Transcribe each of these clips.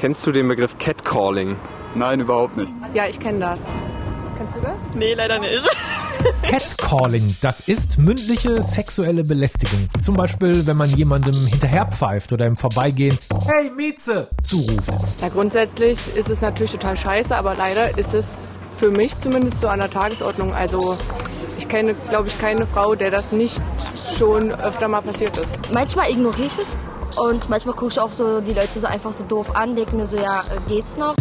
Kennst du den Begriff Catcalling? Nein, überhaupt nicht. Ja, ich kenne das. Kennst du das? Nee, leider nicht. Catcalling, das ist mündliche sexuelle Belästigung. Zum Beispiel, wenn man jemandem hinterherpfeift oder im Vorbeigehen "Hey Mieze" zuruft. Ja, grundsätzlich ist es natürlich total scheiße, aber leider ist es für mich zumindest so an der Tagesordnung. Also ich kenne, glaube ich, keine Frau, der das nicht schon öfter mal passiert ist. Manchmal ignoriere ich es und manchmal gucke ich auch so die Leute so einfach so doof an, denke mir so, ja, geht's noch?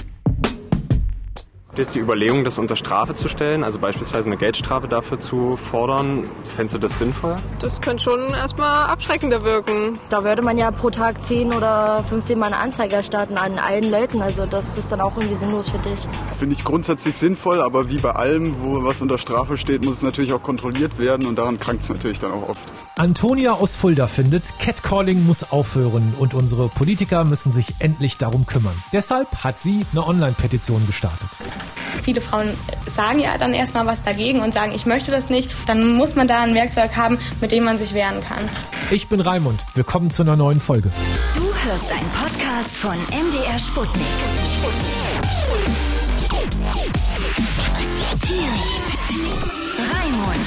Ist die Überlegung, das unter Strafe zu stellen, also beispielsweise eine Geldstrafe dafür zu fordern, fändest du das sinnvoll? Das könnte schon erstmal abschreckender wirken. Da würde man ja pro Tag 10 oder 15 Mal eine Anzeige erstatten an allen Leuten. Also das ist dann auch irgendwie sinnlos für dich. Finde ich grundsätzlich sinnvoll, aber wie bei allem, wo was unter Strafe steht, muss es natürlich auch kontrolliert werden und daran krankt es natürlich dann auch oft. Antonia aus Fulda findet, Catcalling muss aufhören und unsere Politiker müssen sich endlich darum kümmern. Deshalb hat sie eine Online-Petition gestartet. Viele Frauen sagen ja dann erstmal was dagegen und sagen, ich möchte das nicht. Dann muss man da ein Werkzeug haben, mit dem man sich wehren kann. Ich bin Raimund. Willkommen zu einer neuen Folge. Du hörst einen Podcast von MDR Sputnik. Raimund.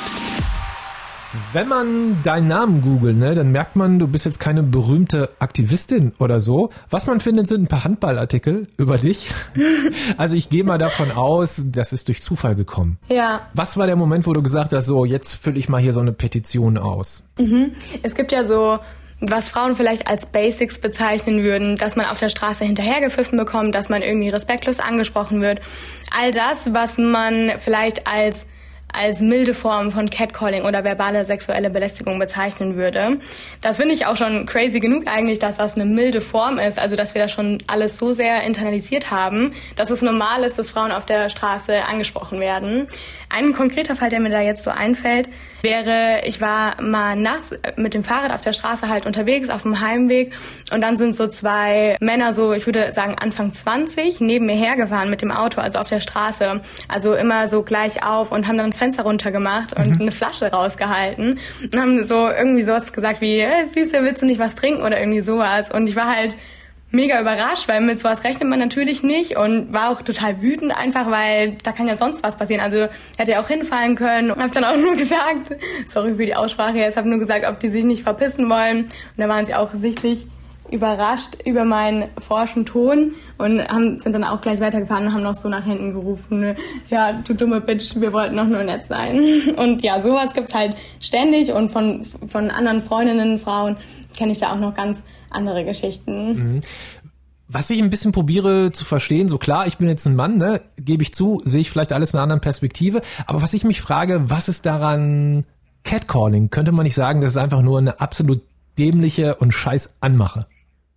Wenn man deinen Namen googelt, dann merkt man, du bist jetzt keine berühmte Aktivistin oder so. Was man findet, sind ein paar Handballartikel über dich. Also ich gehe mal davon aus, das ist durch Zufall gekommen. Ja. Was war der Moment, wo du gesagt hast, so, jetzt fülle ich mal hier so eine Petition aus? Es gibt ja so, was Frauen vielleicht als Basics bezeichnen würden, dass man auf der Straße hinterhergepfiffen bekommt, dass man irgendwie respektlos angesprochen wird. All das, was man vielleicht als milde Form von Catcalling oder verbale sexuelle Belästigung bezeichnen würde. Das finde ich auch schon crazy genug eigentlich, dass das eine milde Form ist, also dass wir das schon alles so sehr internalisiert haben, dass es normal ist, dass Frauen auf der Straße angesprochen werden. Ein konkreter Fall, der mir da jetzt so einfällt, wäre, ich war mal nachts mit dem Fahrrad auf der Straße halt unterwegs, auf dem Heimweg und dann sind so zwei Männer, so ich würde sagen Anfang 20, neben mir hergefahren mit dem Auto, also auf der Straße, also immer so gleich auf und haben dann das Fenster runtergemacht und eine Flasche rausgehalten und haben so irgendwie sowas gesagt wie, hey, Süße, willst du nicht was trinken oder irgendwie sowas und ich war halt mega überrascht, weil mit sowas rechnet man natürlich nicht und war auch total wütend einfach, weil da kann ja sonst was passieren. Also hätte ja auch hinfallen können und habe dann auch nur gesagt, sorry für die Aussprache jetzt, habe nur gesagt, ob die sich nicht verpissen wollen und da waren sie auch sichtlich überrascht über meinen forschen Ton und sind dann auch gleich weitergefahren und haben noch so nach hinten gerufen, ja, du dumme Bitch, wir wollten doch nur nett sein. Und ja, sowas gibt's halt ständig und von anderen Freundinnen, Frauen kenne ich da auch noch ganz andere Geschichten. Was ich ein bisschen probiere zu verstehen, so klar, ich bin jetzt ein Mann, gebe ich zu, sehe ich vielleicht alles in einer anderen Perspektive, aber was ich mich frage, was ist daran Catcalling? Könnte man nicht sagen, das ist einfach nur eine absolut dämliche und scheiß Anmache?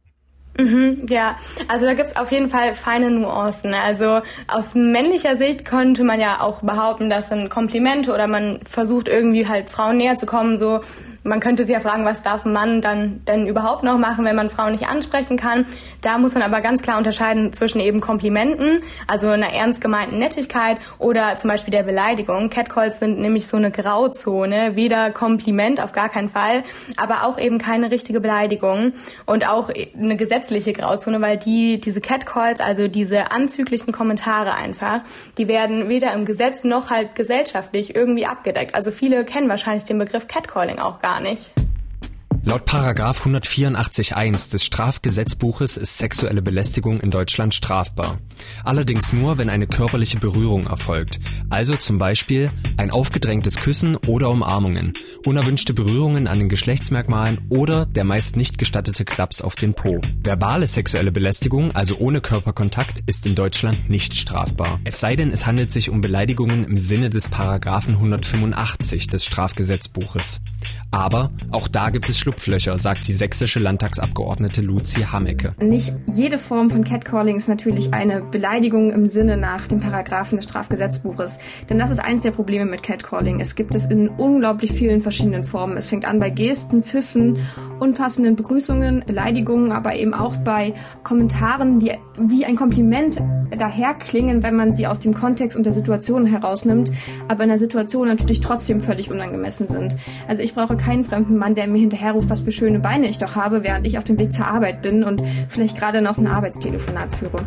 Ja, also da gibt's auf jeden Fall feine Nuancen. Also aus männlicher Sicht könnte man ja auch behaupten, das sind Komplimente oder man versucht irgendwie halt Frauen näher zu kommen, so. Man könnte sich ja fragen, was darf ein Mann dann denn überhaupt noch machen, wenn man Frauen nicht ansprechen kann. Da muss man aber ganz klar unterscheiden zwischen eben Komplimenten, also einer ernst gemeinten Nettigkeit oder zum Beispiel der Beleidigung. Catcalls sind nämlich so eine Grauzone, weder Kompliment, auf gar keinen Fall, aber auch eben keine richtige Beleidigung und auch eine gesetzliche Grauzone, weil diese Catcalls, also diese anzüglichen Kommentare einfach, die werden weder im Gesetz noch halt gesellschaftlich irgendwie abgedeckt. Also viele kennen wahrscheinlich den Begriff Catcalling auch gar nicht. Laut Paragraph 184.1 des Strafgesetzbuches ist sexuelle Belästigung in Deutschland strafbar. Allerdings nur, wenn eine körperliche Berührung erfolgt. Also zum Beispiel ein aufgedrängtes Küssen oder Umarmungen, unerwünschte Berührungen an den Geschlechtsmerkmalen oder der meist nicht gestattete Klaps auf den Po. Verbale sexuelle Belästigung, also ohne Körperkontakt, ist in Deutschland nicht strafbar. Es sei denn, es handelt sich um Beleidigungen im Sinne des Paragraphen 185 des Strafgesetzbuches. Aber auch da gibt es Schlupflöcher, sagt die sächsische Landtagsabgeordnete Luzi Hammecke. Nicht jede Form von Catcalling ist natürlich eine Beleidigung im Sinne nach den Paragraphen des Strafgesetzbuches. Denn das ist eins der Probleme mit Catcalling. Es gibt es in unglaublich vielen verschiedenen Formen. Es fängt an bei Gesten, Pfiffen, unpassenden Begrüßungen, Beleidigungen, aber eben auch bei Kommentaren, die wie ein Kompliment daherklingen, wenn man sie aus dem Kontext und der Situation herausnimmt, aber in der Situation natürlich trotzdem völlig unangemessen sind. Also ich brauche keinen fremden Mann, der mir hinterher auf, was für schöne Beine ich doch habe, während ich auf dem Weg zur Arbeit bin und vielleicht gerade noch ein Arbeitstelefonat führe.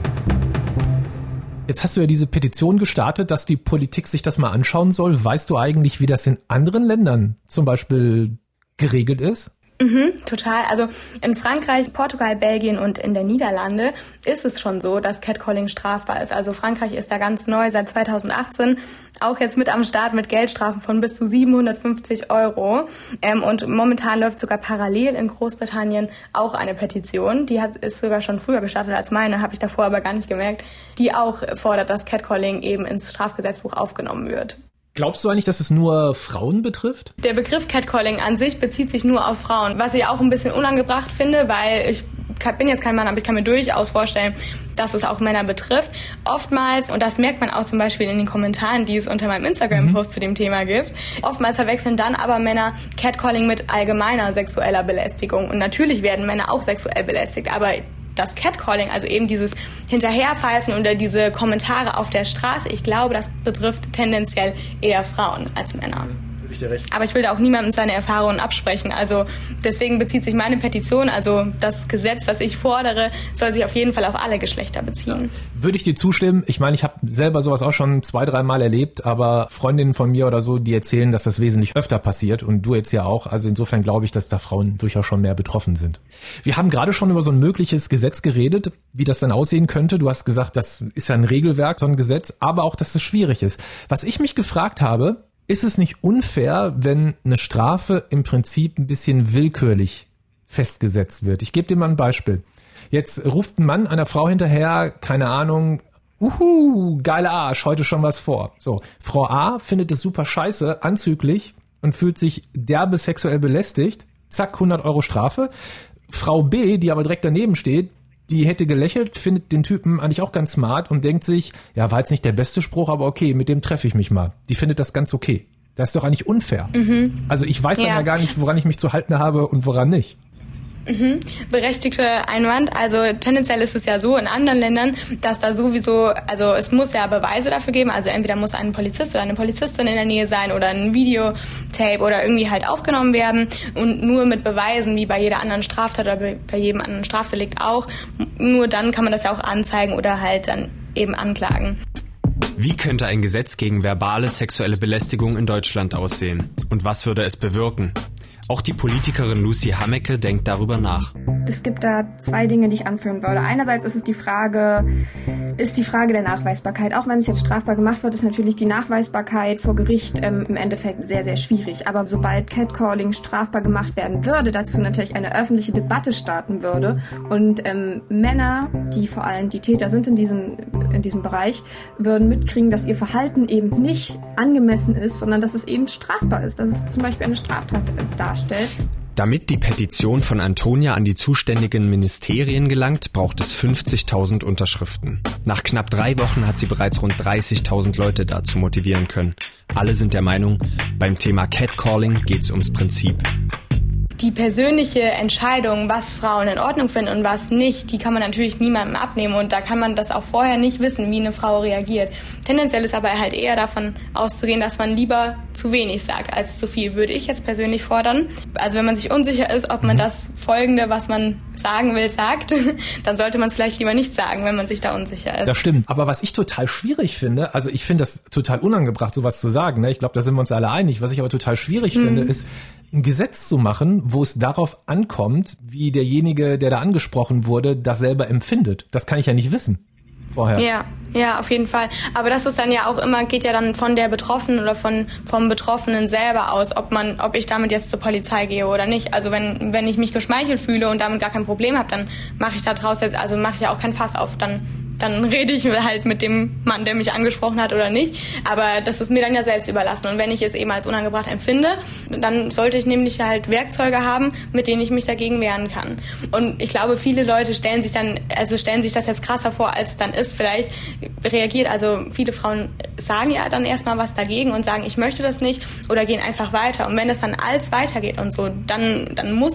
Jetzt hast du ja diese Petition gestartet, dass die Politik sich das mal anschauen soll. Weißt du eigentlich, wie das in anderen Ländern zum Beispiel geregelt ist? Total. Also in Frankreich, Portugal, Belgien und in den Niederlande ist es schon so, dass Catcalling strafbar ist. Also Frankreich ist da ganz neu seit 2018 auch jetzt mit am Start mit Geldstrafen von bis zu 750 €. Und momentan läuft sogar parallel in Großbritannien auch eine Petition. Die ist sogar schon früher gestartet als meine, habe ich davor aber gar nicht gemerkt, die auch fordert, dass Catcalling eben ins Strafgesetzbuch aufgenommen wird. Glaubst du eigentlich, dass es nur Frauen betrifft? Der Begriff Catcalling an sich bezieht sich nur auf Frauen, was ich auch ein bisschen unangebracht finde, weil ich bin jetzt kein Mann, aber ich kann mir durchaus vorstellen, dass es auch Männer betrifft. Oftmals, und das merkt man auch zum Beispiel in den Kommentaren, die es unter meinem Instagram-Post zu dem Thema gibt, oftmals verwechseln dann aber Männer Catcalling mit allgemeiner sexueller Belästigung. Und natürlich werden Männer auch sexuell belästigt, aber das Catcalling, also eben dieses Hinterherpfeifen oder diese Kommentare auf der Straße, ich glaube, das betrifft tendenziell eher Frauen als Männer. Aber ich will da auch niemandem seine Erfahrungen absprechen. Also deswegen bezieht sich meine Petition, also das Gesetz, das ich fordere, soll sich auf jeden Fall auf alle Geschlechter beziehen. Würde ich dir zustimmen. Ich meine, ich habe selber sowas auch schon 2-3 Mal erlebt, aber Freundinnen von mir oder so, die erzählen, dass das wesentlich öfter passiert und du jetzt ja auch. Also insofern glaube ich, dass da Frauen durchaus schon mehr betroffen sind. Wir haben gerade schon über so ein mögliches Gesetz geredet, wie das dann aussehen könnte. Du hast gesagt, das ist ja ein Regelwerk, so ein Gesetz, aber auch, dass es schwierig ist. Was ich mich gefragt habe, ist es nicht unfair, wenn eine Strafe im Prinzip ein bisschen willkürlich festgesetzt wird? Ich gebe dir mal ein Beispiel. Jetzt ruft ein Mann einer Frau hinterher, keine Ahnung, geiler Arsch, heute schon was vor. So, Frau A findet es super scheiße, anzüglich und fühlt sich derbe sexuell belästigt. Zack, 100 € Strafe. Frau B, die aber direkt daneben steht, die hätte gelächelt, findet den Typen eigentlich auch ganz smart und denkt sich, ja, war jetzt nicht der beste Spruch, aber okay, mit dem treffe ich mich mal. Die findet das ganz okay. Das ist doch eigentlich unfair. Also ich weiß dann ja gar nicht, woran ich mich zu halten habe und woran nicht. Berechtigter Einwand. Also tendenziell ist es ja so in anderen Ländern, dass da sowieso, also es muss ja Beweise dafür geben, also entweder muss ein Polizist oder eine Polizistin in der Nähe sein oder ein Videotape oder irgendwie halt aufgenommen werden und nur mit Beweisen, wie bei jeder anderen Straftat oder bei jedem anderen Strafdelikt auch, nur dann kann man das ja auch anzeigen oder halt dann eben anklagen. Wie könnte ein Gesetz gegen verbale sexuelle Belästigung in Deutschland aussehen? Und was würde es bewirken? Auch die Politikerin Lucy Hammecke denkt darüber nach. Es gibt da 2 Dinge, die ich anführen würde. Einerseits ist es die Frage der Nachweisbarkeit. Auch wenn es jetzt strafbar gemacht wird, ist natürlich die Nachweisbarkeit vor Gericht im Endeffekt sehr, sehr schwierig. Aber sobald Catcalling strafbar gemacht werden würde, dazu natürlich eine öffentliche Debatte starten würde und Männer, die vor allem die Täter sind in diesem Bereich, würden mitkriegen, dass ihr Verhalten eben nicht angemessen ist, sondern dass es eben strafbar ist, dass es zum Beispiel eine Straftat darstellt. Damit die Petition von Antonia an die zuständigen Ministerien gelangt, braucht es 50.000 Unterschriften. Nach knapp 3 Wochen hat sie bereits rund 30.000 Leute dazu motivieren können. Alle sind der Meinung, beim Thema Catcalling geht's ums Prinzip. Die persönliche Entscheidung, was Frauen in Ordnung finden und was nicht, die kann man natürlich niemandem abnehmen und da kann man das auch vorher nicht wissen, wie eine Frau reagiert. Tendenziell ist aber halt eher davon auszugehen, dass man lieber zu wenig sagt als zu viel, würde ich jetzt persönlich fordern. Also wenn man sich unsicher ist, ob man das Folgende, was man sagen will, sagt, dann sollte man es vielleicht lieber nicht sagen, wenn man sich da unsicher ist. Das stimmt. Aber was ich total schwierig finde, also ich finde das total unangebracht, sowas zu sagen, ne? Ich glaube, da sind wir uns alle einig. Was ich aber total schwierig finde, ist, ein Gesetz zu machen, wo es darauf ankommt, wie derjenige, der da angesprochen wurde, das selber empfindet. Das kann ich ja nicht wissen vorher. Ja, auf jeden Fall. Aber das ist dann ja auch immer, geht ja dann von der Betroffenen oder vom Betroffenen selber aus, ob ich damit jetzt zur Polizei gehe oder nicht. Also wenn ich mich geschmeichelt fühle und damit gar kein Problem habe, dann mache ich da draus jetzt, also mache ich ja auch kein Fass auf, dann rede ich halt mit dem Mann, der mich angesprochen hat oder nicht. Aber das ist mir dann ja selbst überlassen. Und wenn ich es eben als unangebracht empfinde, dann sollte ich nämlich halt Werkzeuge haben, mit denen ich mich dagegen wehren kann. Und ich glaube, viele Leute stellen sich das jetzt krasser vor, als es dann ist. Vielleicht reagiert, also viele Frauen sagen ja dann erstmal was dagegen und sagen, ich möchte das nicht oder gehen einfach weiter. Und wenn das dann alles weitergeht und so, dann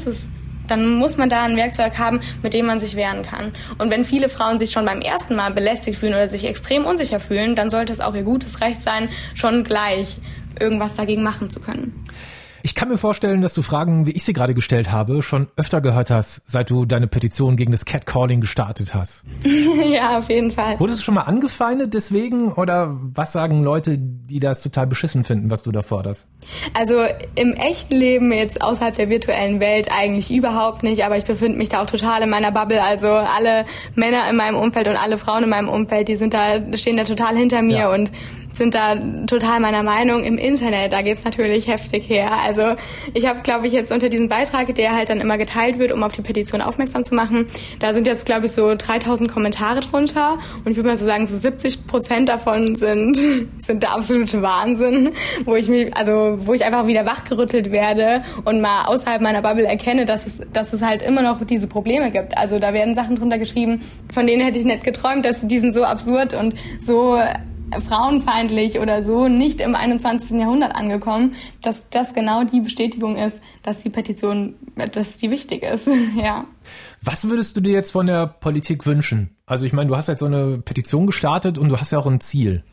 muss man da ein Werkzeug haben, mit dem man sich wehren kann. Und wenn viele Frauen sich schon beim ersten Mal belästigt fühlen oder sich extrem unsicher fühlen, dann sollte es auch ihr gutes Recht sein, schon gleich irgendwas dagegen machen zu können. Ich kann mir vorstellen, dass du Fragen, wie ich sie gerade gestellt habe, schon öfter gehört hast, seit du deine Petition gegen das Catcalling gestartet hast. Ja, auf jeden Fall. Wurdest du schon mal angefeindet deswegen oder was sagen Leute, die das total beschissen finden, was du da forderst? Also im echten Leben, jetzt außerhalb der virtuellen Welt, eigentlich überhaupt nicht, aber ich befinde mich da auch total in meiner Bubble. Also alle Männer in meinem Umfeld und alle Frauen in meinem Umfeld, die stehen da total hinter mir und sind da total meiner Meinung. Im Internet, da geht's natürlich heftig her. Also ich habe, glaube ich, jetzt unter diesem Beitrag, der halt dann immer geteilt wird, um auf die Petition aufmerksam zu machen, da sind jetzt, glaube ich, so 3000 Kommentare drunter und ich würde mal so sagen, so 70% davon sind der absolute Wahnsinn, wo ich einfach wieder wachgerüttelt werde und mal außerhalb meiner Bubble erkenne, dass es halt immer noch diese Probleme gibt. Also da werden Sachen drunter geschrieben, von denen hätte ich nicht geträumt, dass die sind so absurd und so frauenfeindlich oder so nicht im 21. Jahrhundert angekommen, dass das genau die Bestätigung ist, dass die Petition, dass die wichtig ist. Ja. Was würdest du dir jetzt von der Politik wünschen? Also ich meine, du hast jetzt so eine Petition gestartet und du hast ja auch ein Ziel.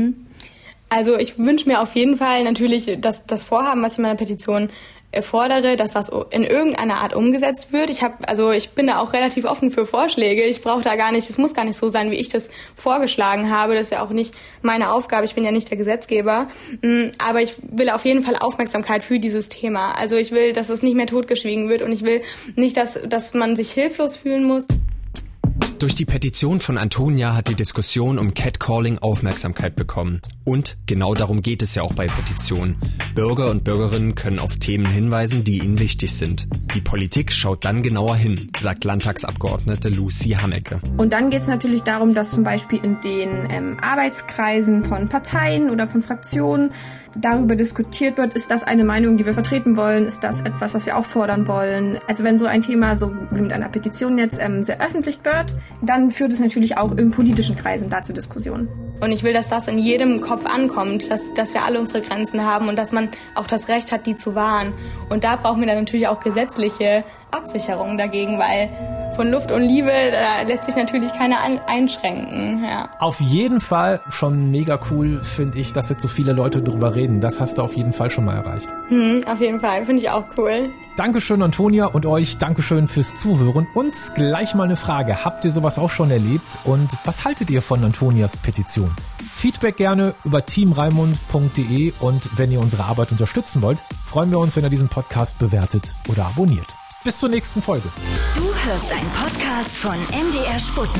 Also ich wünsche mir auf jeden Fall natürlich, dass das Vorhaben, was ich in meiner Petition fordere, dass das in irgendeiner Art umgesetzt wird. Ich bin da auch relativ offen für Vorschläge. Ich brauche da gar nicht, es muss gar nicht so sein, wie ich das vorgeschlagen habe. Das ist ja auch nicht meine Aufgabe. Ich bin ja nicht der Gesetzgeber. Aber ich will auf jeden Fall Aufmerksamkeit für dieses Thema. Also ich will, dass es nicht mehr totgeschwiegen wird und ich will nicht, dass man sich hilflos fühlen muss. Durch die Petition von Antonia hat die Diskussion um Catcalling Aufmerksamkeit bekommen. Und genau darum geht es ja auch bei Petitionen. Bürger und Bürgerinnen können auf Themen hinweisen, die ihnen wichtig sind. Die Politik schaut dann genauer hin, sagt Landtagsabgeordnete Lucy Hammecke. Und dann geht es natürlich darum, dass zum Beispiel in den Arbeitskreisen von Parteien oder von Fraktionen darüber diskutiert wird, ist das eine Meinung, die wir vertreten wollen, ist das etwas, was wir auch fordern wollen. Also wenn so ein Thema, so wie mit einer Petition jetzt, sehr öffentlich wird, dann führt es natürlich auch in politischen Kreisen dazu Diskussionen. Und ich will, dass das in jedem Kopf ankommt, dass wir alle unsere Grenzen haben und dass man auch das Recht hat, die zu wahren. Und da brauchen wir dann natürlich auch gesetzliche Absicherung dagegen, weil von Luft und Liebe, da lässt sich natürlich keiner einschränken. Ja. Auf jeden Fall schon mega cool, finde ich, dass jetzt so viele Leute drüber reden. Das hast du auf jeden Fall schon mal erreicht. Auf jeden Fall, finde ich auch cool. Dankeschön, Antonia, und euch Dankeschön fürs Zuhören. Und gleich mal eine Frage. Habt ihr sowas auch schon erlebt? Und was haltet ihr von Antonias Petition? Feedback gerne über teamraimund.de und wenn ihr unsere Arbeit unterstützen wollt, freuen wir uns, wenn ihr diesen Podcast bewertet oder abonniert. Bis zur nächsten Folge. Du hörst einen Podcast von MDR Sputnik.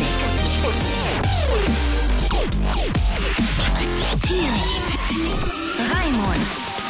Team Raimund.